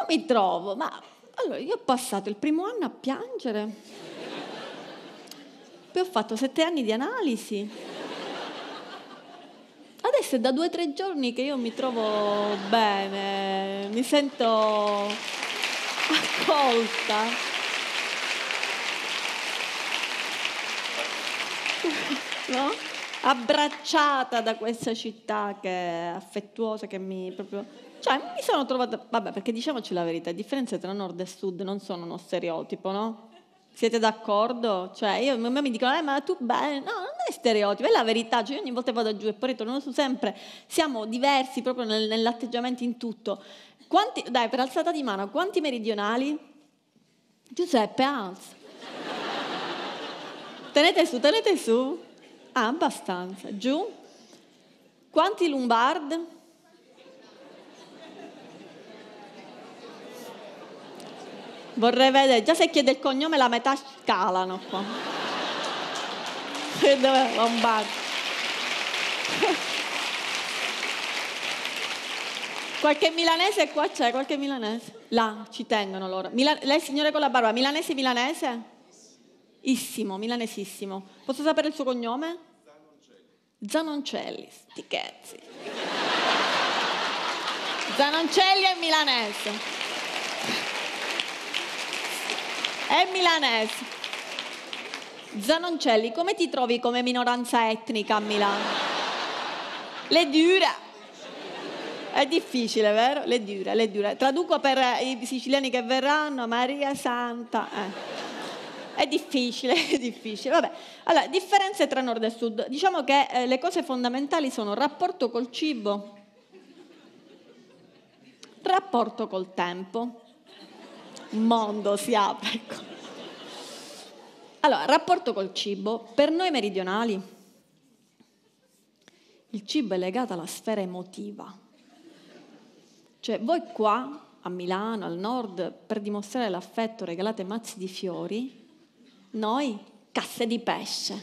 mi trovo, ma allora io ho passato il primo anno a piangere, poi ho fatto 7 anni di analisi. Adesso è da 2 o 3 giorni che io mi trovo bene, mi sento accolta. No? Abbracciata da questa città che è affettuosa, che mi proprio... Cioè, mi sono trovata... Vabbè, perché diciamoci la verità, le differenze tra nord e sud non sono uno stereotipo, no? Siete d'accordo? Cioè, a me mi dicono, ma tu bene? No, non è stereotipo, è la verità. Cioè, io ogni volta vado giù e poi ritorno su sempre. Siamo diversi proprio nell'atteggiamento, in tutto. Dai, per alzata di mano, quanti meridionali? Giuseppe, alza. Tenete su. Ah, abbastanza. Giù. Quanti Lombard? Vorrei vedere, già se chiede il cognome la metà scalano qua. Dove Lombardi? Qualche milanese qua c'è, qualche milanese? Là, ci tengono loro. Lei signore con la barba, milanese? Issimo, milanesissimo. Posso sapere il suo cognome? Zanoncelli, sti cazzi. Zanoncelli è milanese. È milanese. Zanoncelli, come ti trovi come minoranza etnica a Milano? Le dura. È difficile, vero? Le dura. Traduco per i siciliani che verranno, Maria Santa. È difficile. Vabbè. Allora, differenze tra nord e sud. Diciamo che le cose fondamentali sono rapporto col cibo, rapporto col tempo. Un mondo si apre, ecco. Allora, rapporto col cibo. Per noi meridionali il cibo è legato alla sfera emotiva. Cioè, voi qua, a Milano, al nord, per dimostrare l'affetto regalate mazzi di fiori, noi casse di pesce,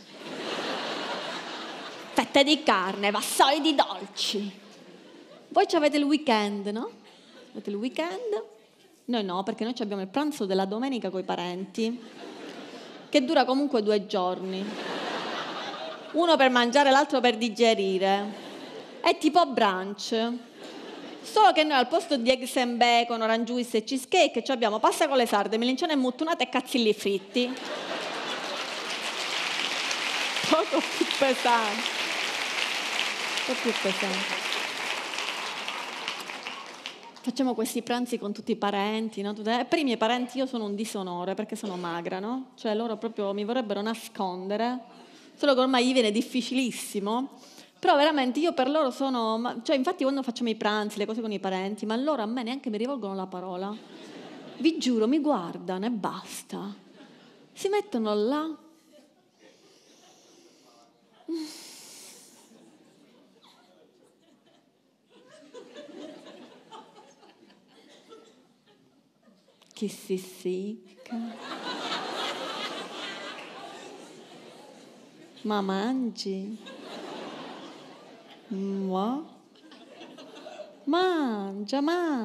fette di carne, vassoi di dolci. Voi ci avete il weekend, no? Avete il weekend? Noi no, perché noi abbiamo il pranzo della domenica coi parenti, che dura comunque 2 giorni. Uno per mangiare, l'altro per digerire. È tipo brunch. Solo che noi al posto di eggs and bacon, orange juice e cheesecake abbiamo pasta con le sarde, melencione e muttunate e cazzilli fritti. Poco più pesante. Un po' più pesante. Facciamo questi pranzi con tutti i parenti, no? Per i miei parenti io sono un disonore perché sono magra, no? Cioè loro proprio mi vorrebbero nascondere, solo che ormai gli viene difficilissimo. Però veramente io per loro sono... Cioè infatti quando facciamo i pranzi, le cose con i parenti, ma loro a me neanche mi rivolgono la parola. Vi giuro, mi guardano e basta. Si mettono là. Chi si essicca. Ma mangi? Mangia.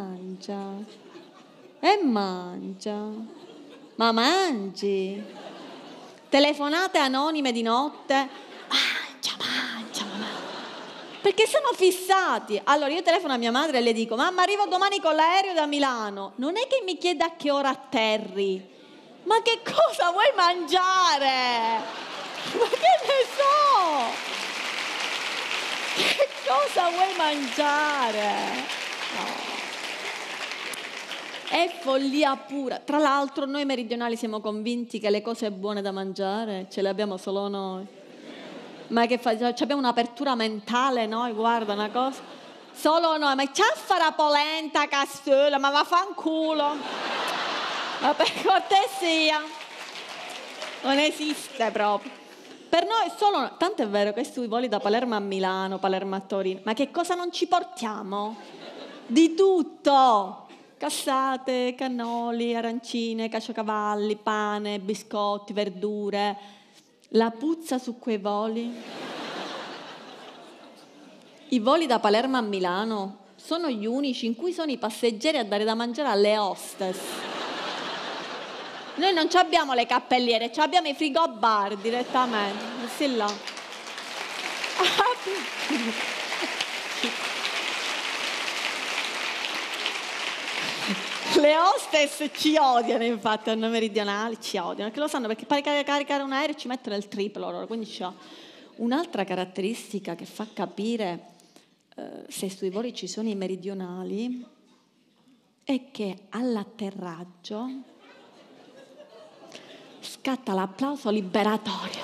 E mangia. Ma mangi? Telefonate anonime di notte. Mangia. Perché sono fissati. Allora io telefono a mia madre e le dico: mamma, arrivo domani con l'aereo da Milano. Non è che mi chiede a che ora atterri, ma che cosa vuoi mangiare? Ma che ne so? Che cosa vuoi mangiare? No. È follia pura. Tra l'altro noi meridionali siamo convinti che le cose buone da mangiare ce le abbiamo solo noi. Ma che abbiamo un'apertura mentale noi, guarda una cosa. Solo noi, ma c'è a fare la polenta, castola, ma vaffanculo. Ma per cortesia. Non esiste proprio. Per noi solo, tanto è vero che sui voli da Palermo a Milano, Palermo a Torino, ma che cosa non ci portiamo? Di tutto. Cassate, cannoli, arancine, caciocavalli, pane, biscotti, verdure. La puzza su quei voli. I voli da Palermo a Milano sono gli unici in cui sono i passeggeri a dare da mangiare alle hostess. Noi non abbiamo le cappelliere, abbiamo i frigobar direttamente. Sì là. Le hostess ci odiano, infatti, a noi meridionali ci odiano, perché lo sanno, perché per caricare un aereo ci mettono il triplo loro, quindi c'è un'altra caratteristica che fa capire se sui voli ci sono i meridionali è che all'atterraggio scatta l'applauso liberatorio,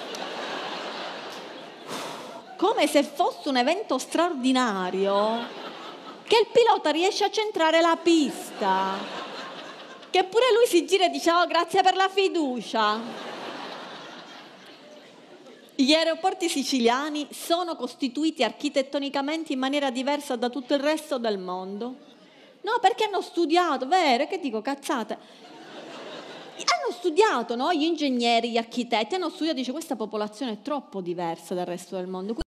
come se fosse un evento straordinario, che il pilota riesce a centrare la pista, che pure lui si gira e dice oh grazie per la fiducia. Gli aeroporti siciliani sono costituiti architettonicamente in maniera diversa da tutto il resto del mondo. No, perché hanno studiato, vero? Che dico, cazzate. Hanno studiato, no? Gli ingegneri, gli architetti, hanno studiato, dice questa popolazione è troppo diversa dal resto del mondo.